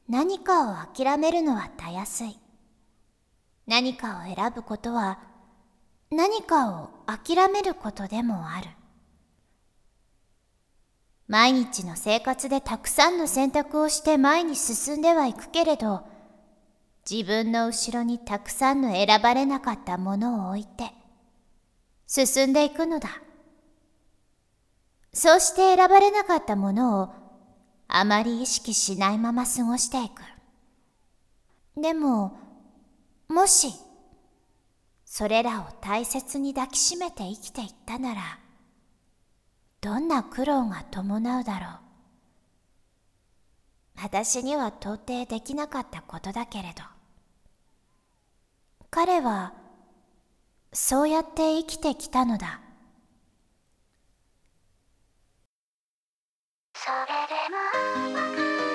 何かを諦めるのはたやすい。何かを選ぶことは何かを諦めることでもある。毎日の生活でたくさんの選択をして前に進んではいくけれど、自分の後ろにたくさんの選ばれなかったものを置いて進んでいくのだ。そうして選ばれなかったものをあまり意識しないまま過ごしていく。でも、もしそれらを大切に抱きしめて生きていったなら、どんな苦労が伴うだろう。私には到底できなかったことだけれど、彼はそうやって生きてきたのだ。それでも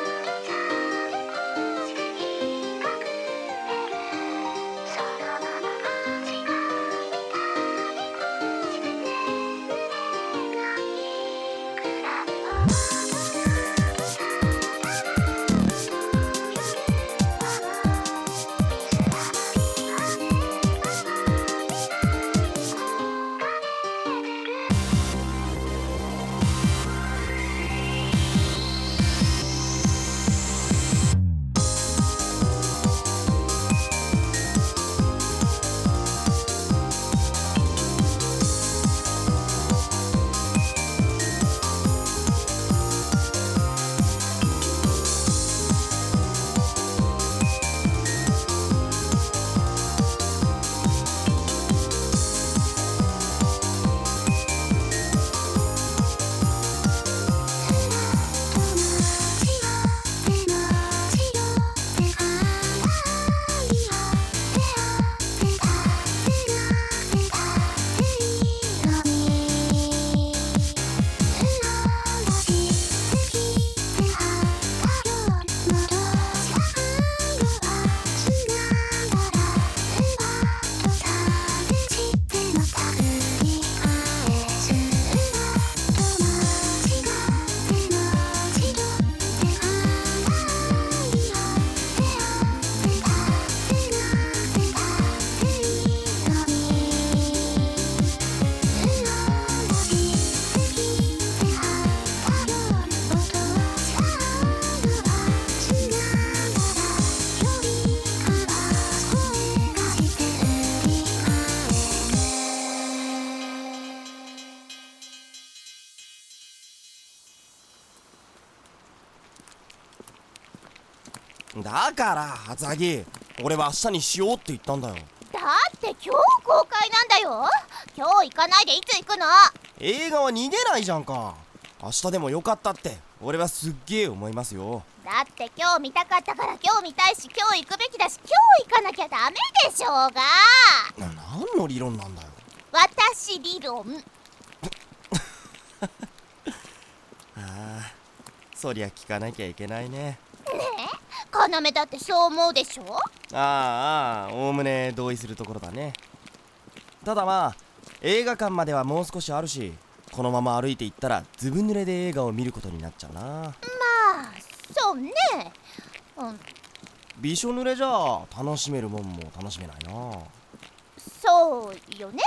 だから厚木、俺は明日にしようって言ったんだよ。 だって今日公開なんだよ。今日行かないでいつ行くの？ 映画は逃げないじゃんか。明日でもよかったって俺はすっげえ思いますよ。 だって今日見たかったから今日見たいし、今日行くべきだし、今日行かなきゃダメでしょうが。 何の理論なんだよ。 私理論。 ああ、そりゃ聞かなきゃいけないね。 要だってそう思うでしょ。 おおむね同意するところだね。ただまあ映画館まではもう少しあるし、このまま歩いて行ったらずぶ濡れで映画を見ることになっちゃうな。 まあそうね。 びしょ濡れじゃ楽しめるもんも楽しめないな。 そうよね。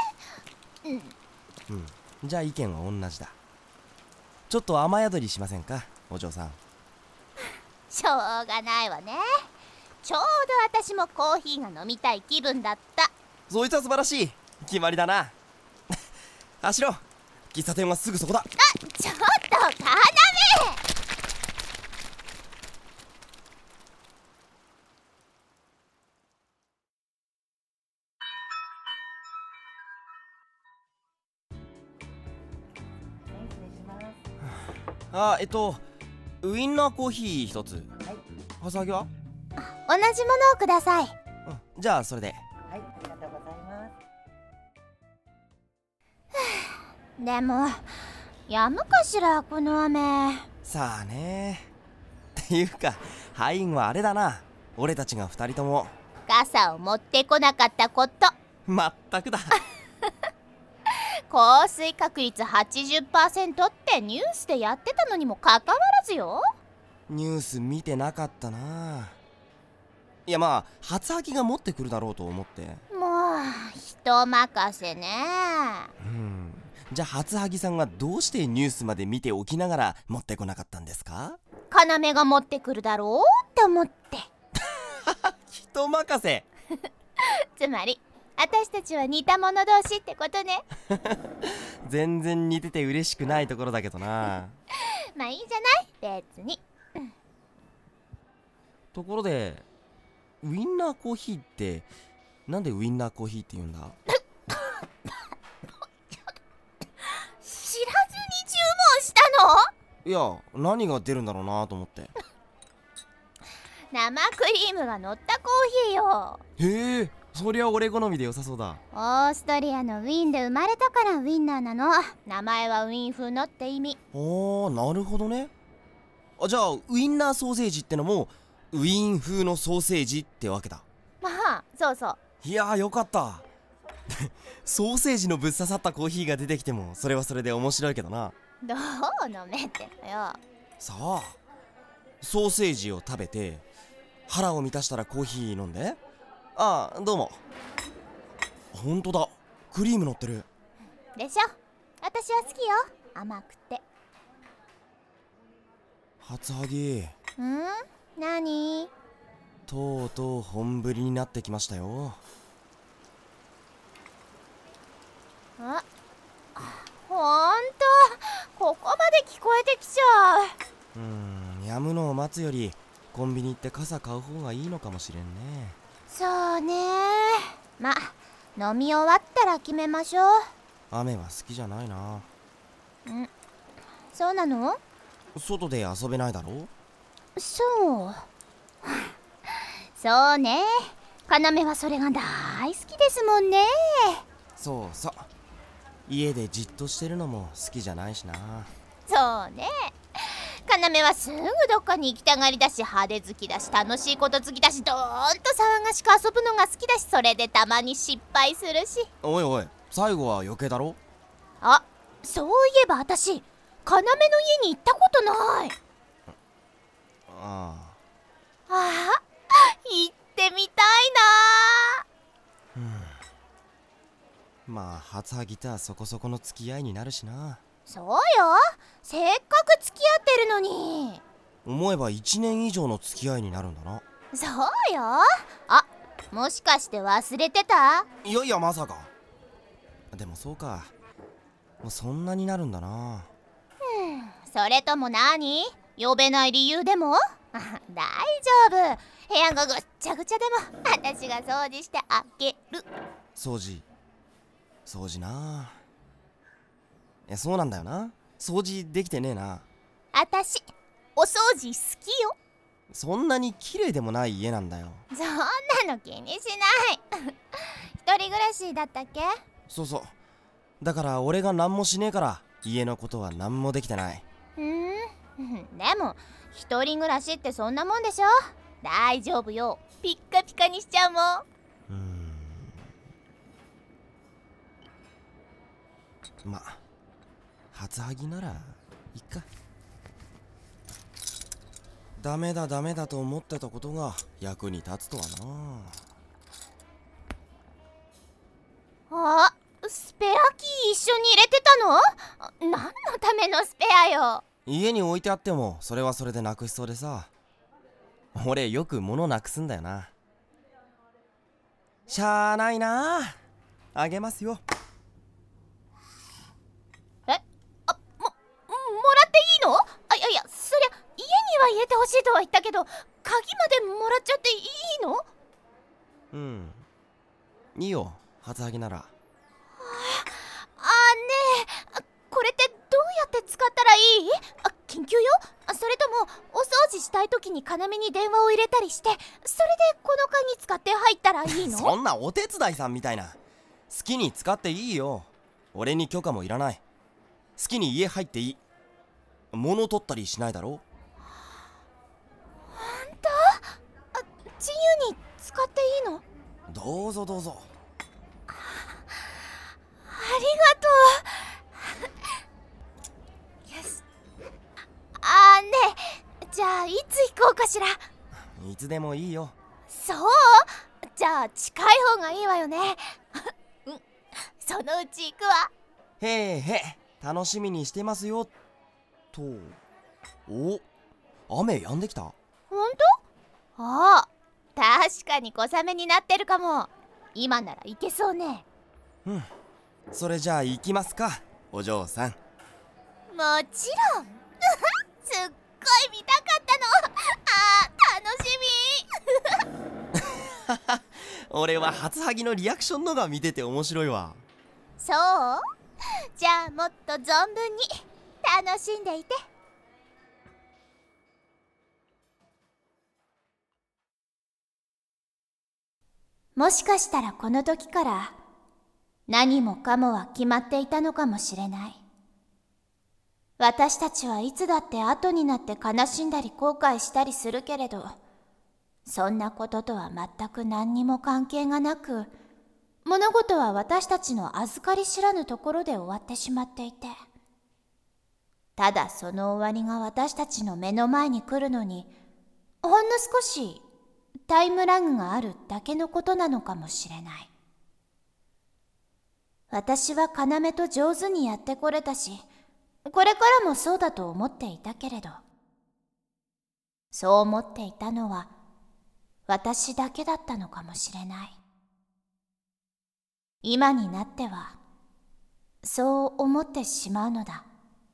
じゃあ意見は同じだ。ちょっと雨宿りしませんか、お嬢さん。 しょうがないわね。ちょうど私もコーヒーが飲みたい気分だった。 そいつは素晴らしい決まりだな。走ろう、喫茶店はすぐそこだ。 ちょっと要。 ウインナーコーヒー一つ。浅木は？ 同じものをください。 じゃあそれで。 はい、ありがとうございます。 でもやむかしらこの雨。 さあね。っていうか敗因はあれだな、俺たちが2人とも傘を持ってこなかったこと。 まったくだ。 降水確率 80% ってニュースでやってたのにもかかわらずよ。 ニュース見てなかったな。いやまあ初秋が持ってくるだろうと思って。 もう人任せね。 じゃあ初萩さんがどうしてニュースまで見ておきながら持ってこなかったんですか？ 要が持ってくるだろうって思って。 人任せつまり私たちは似た者同士ってことね。 全然似てて嬉しくないところだけどな。 まあいいじゃない、別に。 ところでウインナーコーヒーってなんでウインナーコーヒーって言うんだ？ 知らずに注文したの？ いや何が出るんだろうなと思って。 生クリームが乗ったコーヒーよ。 へえ、そりゃ俺好みで良さそうだ。 オーストリアのウィーンで生まれたからウインナーなの。名前はウィーン風のって意味。 なるほどね。じゃあウインナーソーセージってのもウィーン風のソーセージってわけだ。 まあそうそう。 いやーよかったソーセージのぶっ刺さったコーヒーが出てきてもそれはそれで面白いけどな。 どう飲めってのよ。 さあソーセージを食べて腹を満たしたらコーヒー飲んで。ああどうも。ほんとだ、クリーム乗ってるでしょ。私は好きよ、甘くて。 初萩、 何？ とうとう本降りになってきましたよ。 あ、ほんとここまで聞こえてきちゃう。 やむのを待つよりコンビニ行って傘買う方がいいのかもしれんね。 そうね。ま、飲み終わったら決めましょう。 雨は好きじゃないな。 そうなの？ 外で遊べないだろ？ そうそうね。要はそれが大好きですもんね。 そうそう、家でじっとしてるのも好きじゃないしな。 そうね。要はすぐどっかに行きたがりだし、派手好きだし、楽しいこと好きだし、どーんと騒がしく遊ぶのが好きだし、それでたまに失敗するし。 おいおい、最後は余計だろ。 あ、そういえば私、要の家に行ったことない。 あ行ってみたいな。 まあ初萩とはそこそこの付き合いになるしな。 そうよ、せっかく付き合ってるのに。 思えば1年以上の付き合いになるんだな。 そうよ。あ、もしかして忘れてた？ いやいやまさか。でもそうか、もうそんなになるんだな。 それとも何？呼べない理由でも？大丈夫、部屋がぐっちゃぐちゃでも私が掃除してあげる。 掃除な。いやそうなんだよな、掃除できてねえな。 私お掃除好きよ。 そんなに綺麗でもない家なんだよ。 そんなの気にしない一人暮らしだったっけ？ そうそう、だから俺が何もしねえから家のことは何もできてない。 でも一人暮らしってそんなもんでしょ。大丈夫よ、ピッカピカにしちゃうもん。 まあ初萩ならいっか。ダメだと思ってたことが役に立つとはな。 あ、スペアキー一緒に入れてたの？何のためのスペアよ。 家に置いてあってもそれはそれでなくしそうでさ。俺よく物なくすんだよな。しゃあないな、あげますよ。 もらっていいの？いやそりゃ家には入れてほしいとは言ったけど、鍵までもらっちゃっていいの？ いいよ、初萩なら。 ねえ、これってどうやって使ったらいい？緊急よ？それともお掃除したい時に要に電話を入れたりして、それでこの鍵使って入ったらいいの？ そんなお手伝いさんみたいな。好きに使っていいよ、俺に許可もいらない。好きに家入っていい。物取ったりしないだろ。 ほんと？自由に使っていいの？ どうぞどうぞ。 ありがとうよし。ねえ、じゃあいうかしら。 いつでもいいよ。 そう？じゃあ近い方がいいわよね。うん、そのうち行くわ。 へえへえ、楽しみにしてますよ。と、お、雨止んできた。 ほんと？ああ、確かに小雨になってるかも。今なら行けそうね。 うん、それじゃあ行きますか、お嬢さん。 もちろん。すっごい見たかったの。あー、楽しみ。 俺は初ハギのリアクションのが見てて面白いわ。 そう？じゃあもっと存分に楽しんでいて。もしかしたらこの時から何もかもは決まっていたのかもしれない。私たちはいつだって後になって悲しんだり後悔したりするけれど、そんなこととは全く何にも関係がなく、物事は私たちの預かり知らぬところで終わってしまっていて、ただその終わりが私たちの目の前に来るのにほんの少しタイムラグがあるだけのことなのかもしれない。私は要と上手にやってこれたし、これからもそうだと思っていたけれど、そう思っていたのは私だけだったのかもしれない。今になってはそう思ってしまうのだ。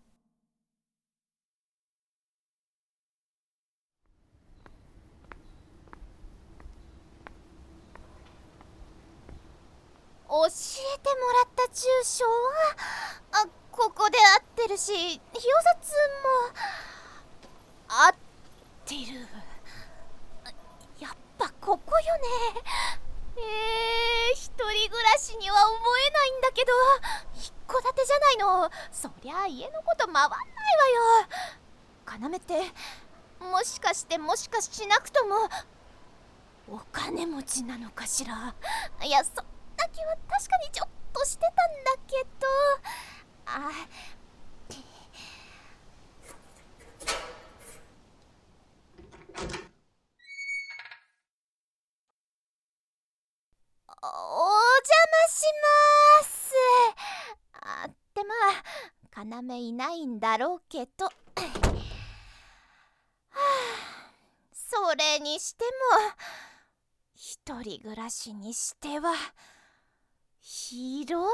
教えてもらった住所はここで合ってるし、表札も合ってる。やっぱここよね。一人暮らしには思えないんだけど、一戸建てじゃないの。そりゃ家のこと回んないわよ。要ってもしかしなくともお金持ちなのかしら。いや、そんな気は確かにちょっとしてたんだけど、お邪魔します。って要いないんだろうけど、それにしても一人暮らしにしては広いな。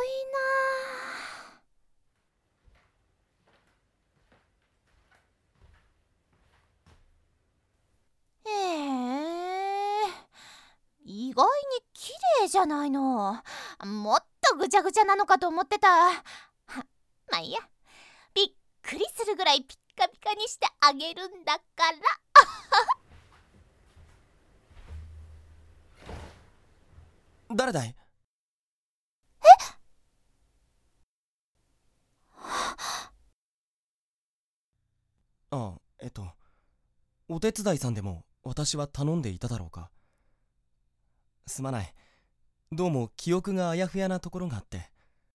意外に綺麗じゃないの。もっとぐちゃぐちゃなのかと思ってた。まあいいや、びっくりするぐらいピッカピカにしてあげるんだから。 誰だい？お手伝いさんでも私は頼んでいただろうか。すまない。どうも記憶があやふやなところがあって。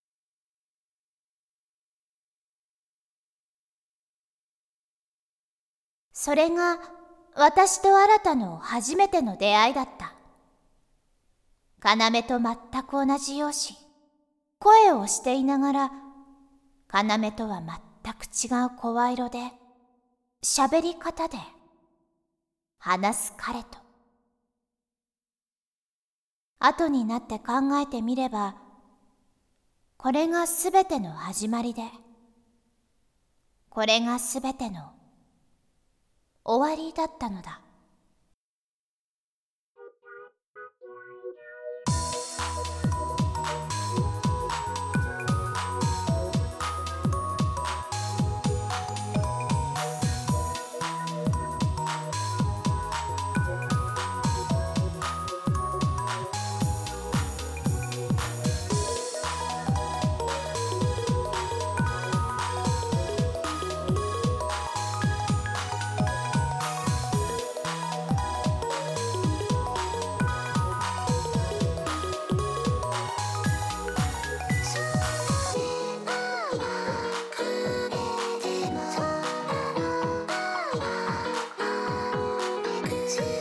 それが私と新の初めての出会いだった。要と全く同じ容姿、声をしていながら要とは全く違う声色で、喋り方で話す彼と。後になって考えてみれば、これがすべての始まりで、これがすべての終わりだったのだ。 ち